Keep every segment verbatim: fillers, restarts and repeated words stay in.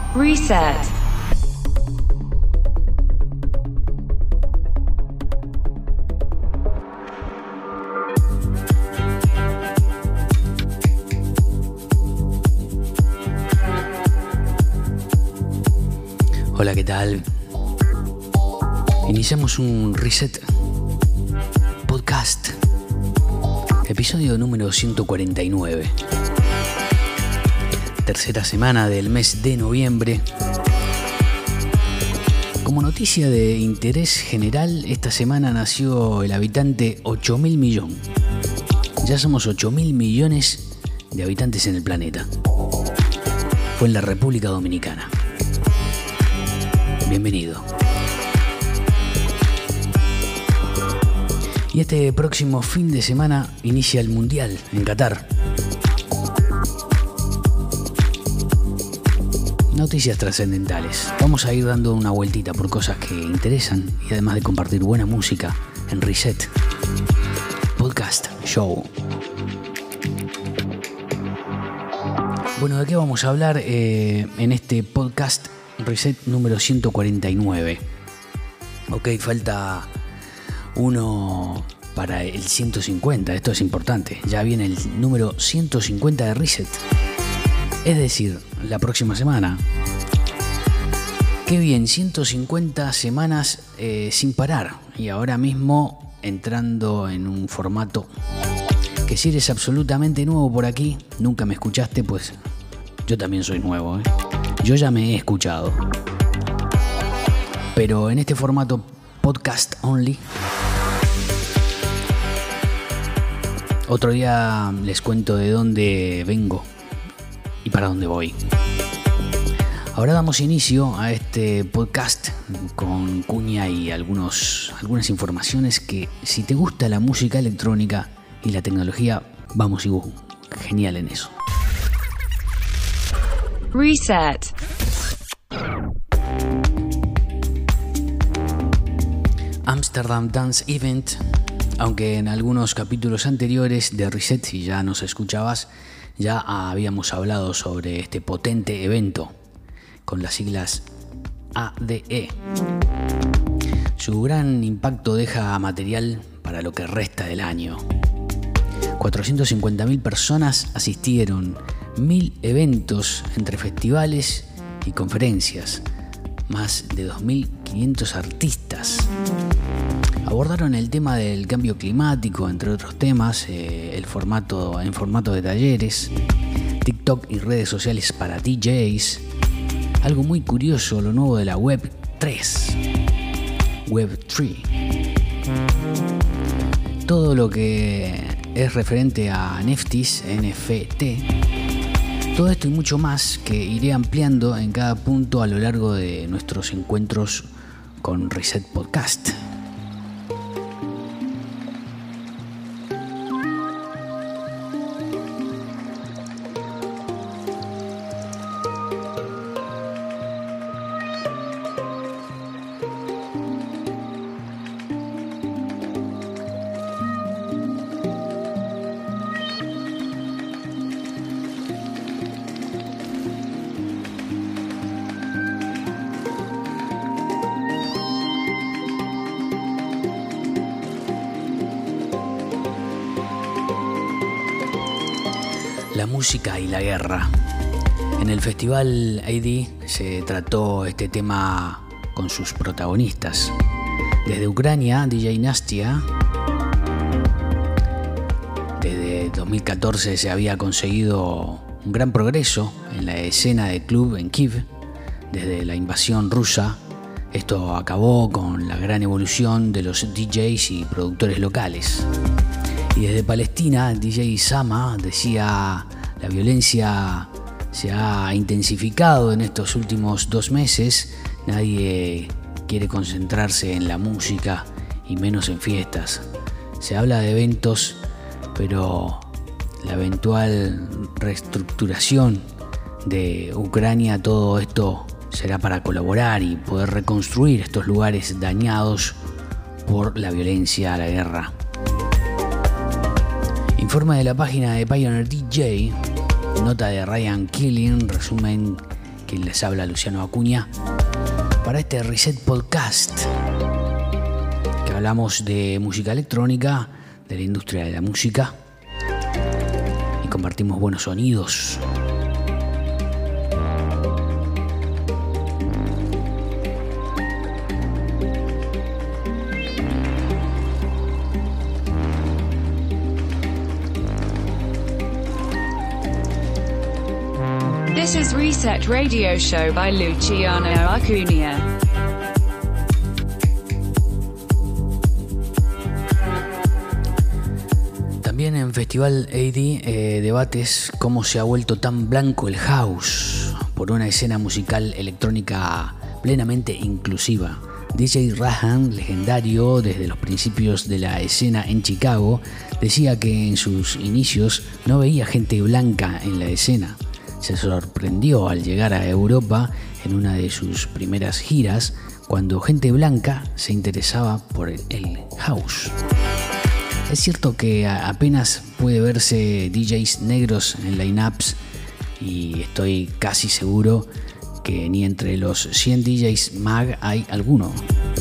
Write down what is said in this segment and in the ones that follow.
Reset. Hola, ¿qué tal? Iniciamos un Reset Podcast, episodio número ciento cuarenta y nueve. Tercera semana del mes de noviembre. Como noticia de interés general, esta semana nació el habitante ocho mil millones. Ya somos ocho mil millones de habitantes en el planeta. Fue en la República Dominicana. Bienvenido. Y este próximo fin de semana inicia el Mundial en Qatar. Noticias trascendentales. Vamos a ir dando una vueltita por cosas que interesan y además de compartir buena música en Reset Podcast Show. Bueno, ¿de qué vamos a hablar eh, en este podcast Reset número ciento cuarenta y nueve? Ok, falta uno para el ciento cincuenta. Esto es importante. Ya viene el número ciento cincuenta de Reset. Es decir, la próxima semana. Qué bien, ciento cincuenta semanas eh, sin parar. Y ahora mismo entrando en un formato que si eres absolutamente nuevo por aquí, nunca me escuchaste, pues yo también soy nuevo, ¿eh? Yo ya me he escuchado. Pero en este formato podcast only. Otro día les cuento de dónde vengo y para dónde voy. Ahora damos inicio a este podcast con cuña y algunos, algunas informaciones que, si te gusta la música electrónica y la tecnología, vamos y uh, genial en eso. Reset. Amsterdam Dance Event. Aunque en algunos capítulos anteriores de Reset, si ya nos escuchabas, ya habíamos hablado sobre este potente evento con las siglas A D E. Su gran impacto deja material para lo que resta del año. cuatrocientas cincuenta mil personas asistieron, mil eventos entre festivales y conferencias, más de dos mil quinientos artistas. Abordaron el tema del cambio climático, entre otros temas, eh, el formato en formato de talleres, TikTok y redes sociales para D Js. Algo muy curioso, lo nuevo de la web tres. web tres. Todo lo que es referente a N F Ts, N F T. Todo esto y mucho más que iré ampliando en cada punto a lo largo de nuestros encuentros con Reset Podcast. La música y la guerra. En el festival A D se trató este tema con sus protagonistas. Desde Ucrania, D J Nastia. Desde dos mil catorce se había conseguido un gran progreso en la escena de club en Kiev. Desde la invasión rusa, esto acabó con la gran evolución de los D Js y productores locales. Y desde Palestina, D J Sama decía: la violencia se ha intensificado en estos últimos dos meses. Nadie quiere concentrarse en la música y menos en fiestas. Se habla de eventos, pero la eventual reestructuración de Ucrania, todo esto será para colaborar y poder reconstruir estos lugares dañados por la violencia, la guerra. Informe de la página de Pioneer D J, nota de Ryan Killing, resumen quien les habla, Luciano Acuña, para este Reset Podcast, que hablamos de música electrónica, de la industria de la música, y compartimos buenos sonidos. This is Reset Radio Show by Luciano Acuña. También en Festival A D eh, debates cómo se ha vuelto tan blanco el house por una escena musical electrónica plenamente inclusiva. D J Rahan, legendario desde los principios de la escena en Chicago, decía que en sus inicios no veía gente blanca en la escena. Se sorprendió al llegar a Europa en una de sus primeras giras cuando gente blanca se interesaba por el, el house. Es cierto que apenas puede verse D Js negros en lineups y estoy casi seguro que ni entre los cien D Js mag hay alguno.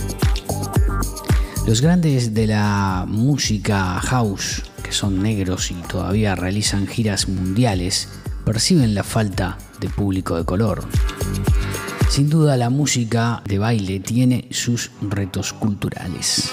Los grandes de la música house, que son negros y todavía realizan giras mundiales, perciben la falta de público de color. Sin duda, la música de baile tiene sus retos culturales.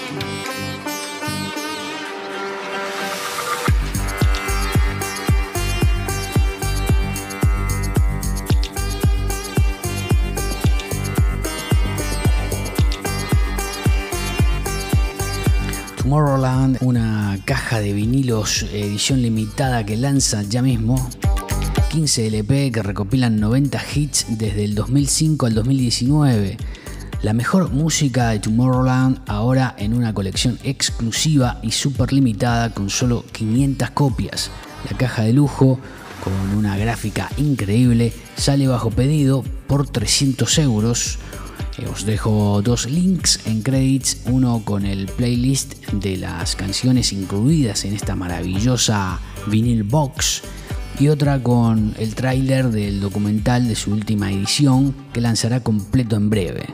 Tomorrowland, una caja de vinilos edición limitada que lanza ya mismo. quince L P que recopilan noventa hits desde el dos mil cinco al dos mil diecinueve. La mejor música de Tomorrowland ahora en una colección exclusiva y súper limitada con solo quinientas copias. La caja de lujo con una gráfica increíble sale bajo pedido por trescientos euros. Eh, os dejo dos links en credits, uno con el playlist de las canciones incluidas en esta maravillosa vinyl box y otra con el tráiler del documental de su última edición que lanzará completo en breve.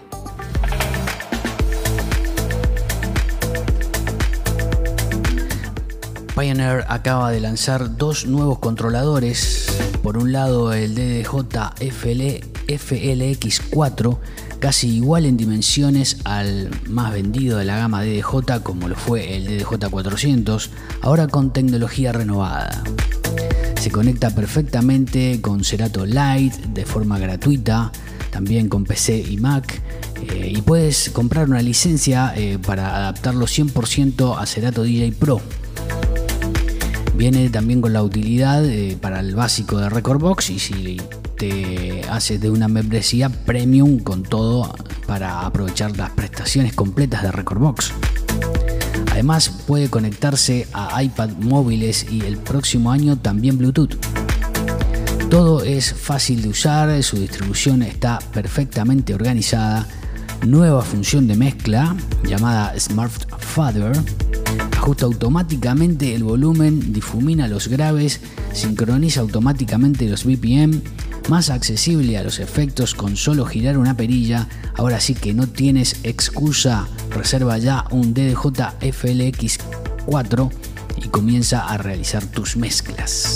Pioneer acaba de lanzar dos nuevos controladores. Por un lado el D D J F L X cuatro, casi igual en dimensiones al más vendido de la gama D D J como lo fue el D D J cuatrocientos, ahora con tecnología renovada. Se conecta perfectamente con Serato Lite de forma gratuita, también con P C y Mac, eh, y puedes comprar una licencia eh, para adaptarlo cien por ciento a Serato D J Pro. Viene también con la utilidad eh, para el básico de Rekordbox y si te haces de una membresía premium con todo para aprovechar las prestaciones completas de Rekordbox. Además puede conectarse a iPad móviles y el próximo año también Bluetooth. Todo es fácil de usar, su distribución está perfectamente organizada. Nueva función de mezcla llamada Smart Fader. Ajusta automáticamente el volumen, difumina los graves, sincroniza automáticamente los B P M. Más accesible a los efectos con solo girar una perilla. Ahora sí que no tienes excusa, reserva ya un D D J F L X cuatro y comienza a realizar tus mezclas.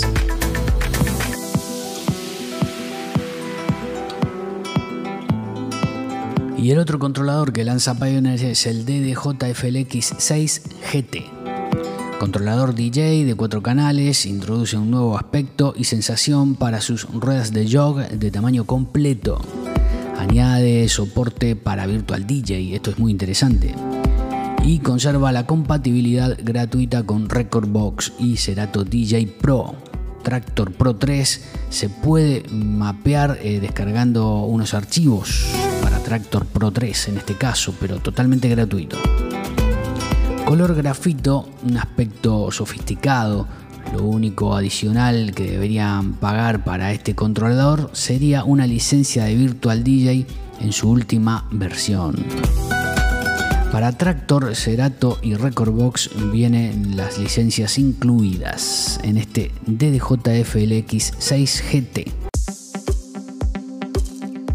Y el otro controlador que lanza Pioneer es el D D J F L X seis G T. Controlador D J de cuatro canales, introduce un nuevo aspecto y sensación para sus ruedas de jog de tamaño completo. Añade soporte para Virtual D J, esto es muy interesante. Y conserva la compatibilidad gratuita con Rekordbox y Serato D J Pro. Traktor Pro tres se puede mapear eh, descargando unos archivos para Traktor Pro tres en este caso, pero totalmente gratuito. Color grafito, un aspecto sofisticado. Lo único adicional que deberían pagar para este controlador sería una licencia de Virtual D J en su última versión. Para Traktor, Serato y Rekordbox vienen las licencias incluidas en este D D J F L X seis G T.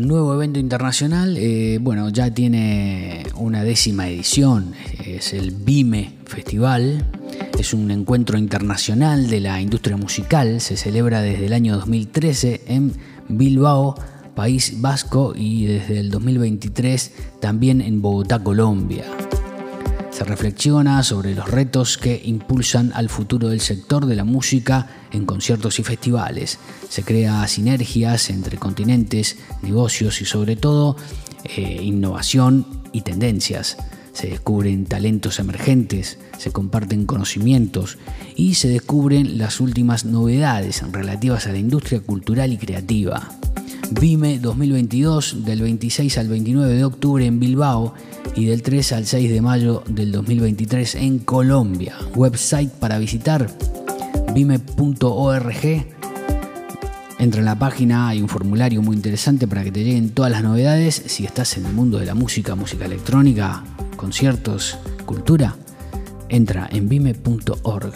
nuevo evento internacional, eh, bueno, ya tiene una décima edición, es el BIME Festival, es un encuentro internacional de la industria musical, se celebra desde el año dos mil trece en Bilbao, País Vasco, y desde el dos mil veintitrés también en Bogotá, Colombia. Se reflexiona sobre los retos que impulsan al futuro del sector de la música en conciertos y festivales. Se crean sinergias entre continentes, negocios y sobre todo eh, innovación y tendencias. Se descubren talentos emergentes, se comparten conocimientos y se descubren las últimas novedades relativas a la industria cultural y creativa. BIME dos mil veintidós, del veintiséis al veintinueve de octubre en Bilbao y del tres al seis de mayo del dos mil veintitrés en Colombia. Website para visitar: bime punto org. Entra en la página, hay un formulario muy interesante para que te lleguen todas las novedades. Si estás en el mundo de la música, música electrónica, conciertos, cultura, entra en bime punto org.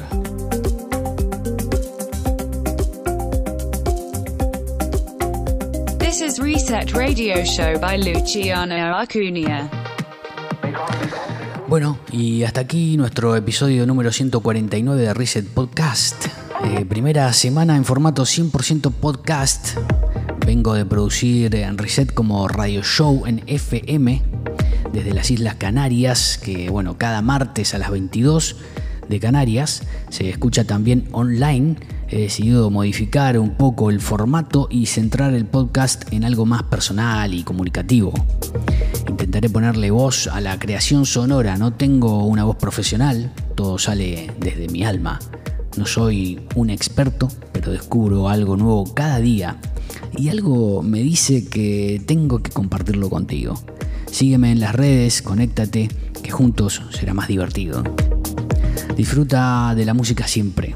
This is Reset Radio Show by Luciano Acuña. Bueno, y hasta aquí nuestro episodio número ciento cuarenta y nueve de Reset Podcast. Eh, primera semana en formato cien por ciento podcast. Vengo de producir en Reset como radio show en F M desde las Islas Canarias, que bueno, cada martes a las veintidós de Canarias se escucha también online. He decidido modificar un poco el formato y centrar el podcast en algo más personal y comunicativo. Intentaré ponerle voz a la creación sonora. No tengo una voz profesional, todo sale desde mi alma. No soy un experto, pero descubro algo nuevo cada día y algo me dice que tengo que compartirlo contigo. Sígueme en las redes, conéctate, que juntos será más divertido. Disfruta de la música siempre.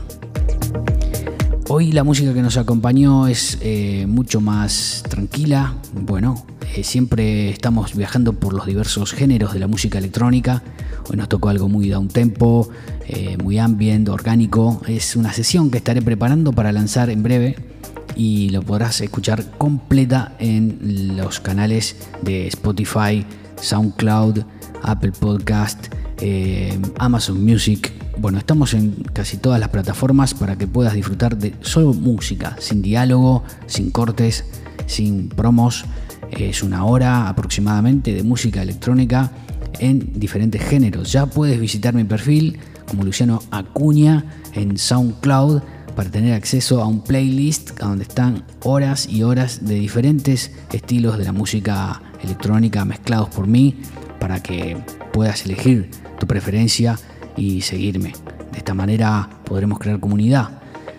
Hoy la música que nos acompañó es eh, mucho más tranquila. Bueno, eh, siempre estamos viajando por los diversos géneros de la música electrónica. Hoy nos tocó algo muy downtempo, eh, muy ambient, orgánico. Es una sesión que estaré preparando para lanzar en breve y lo podrás escuchar completa en los canales de Spotify, SoundCloud, Apple Podcast, eh, Amazon Music. Bueno, estamos en casi todas las plataformas para que puedas disfrutar de solo música, sin diálogo, sin cortes, sin promos. Es una hora aproximadamente de música electrónica en diferentes géneros. Ya puedes visitar mi perfil como Luciano Acuña en SoundCloud para tener acceso a un playlist donde están horas y horas de diferentes estilos de la música electrónica mezclados por mí para que puedas elegir tu preferencia y seguirme. De esta manera podremos crear comunidad.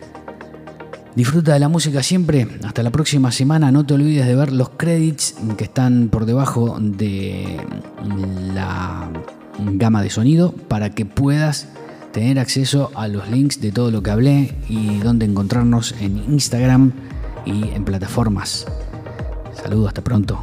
Disfruta de la música siempre. Hasta la próxima semana. No te olvides de ver los credits que están por debajo de la gama de sonido para que puedas tener acceso a los links de todo lo que hablé y dónde encontrarnos en Instagram y en plataformas. Saludos, hasta pronto.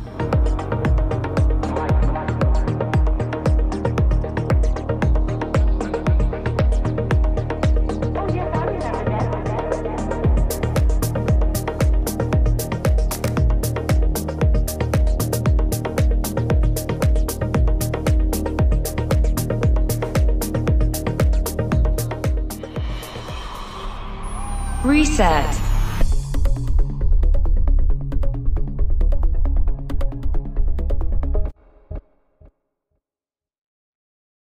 Reset.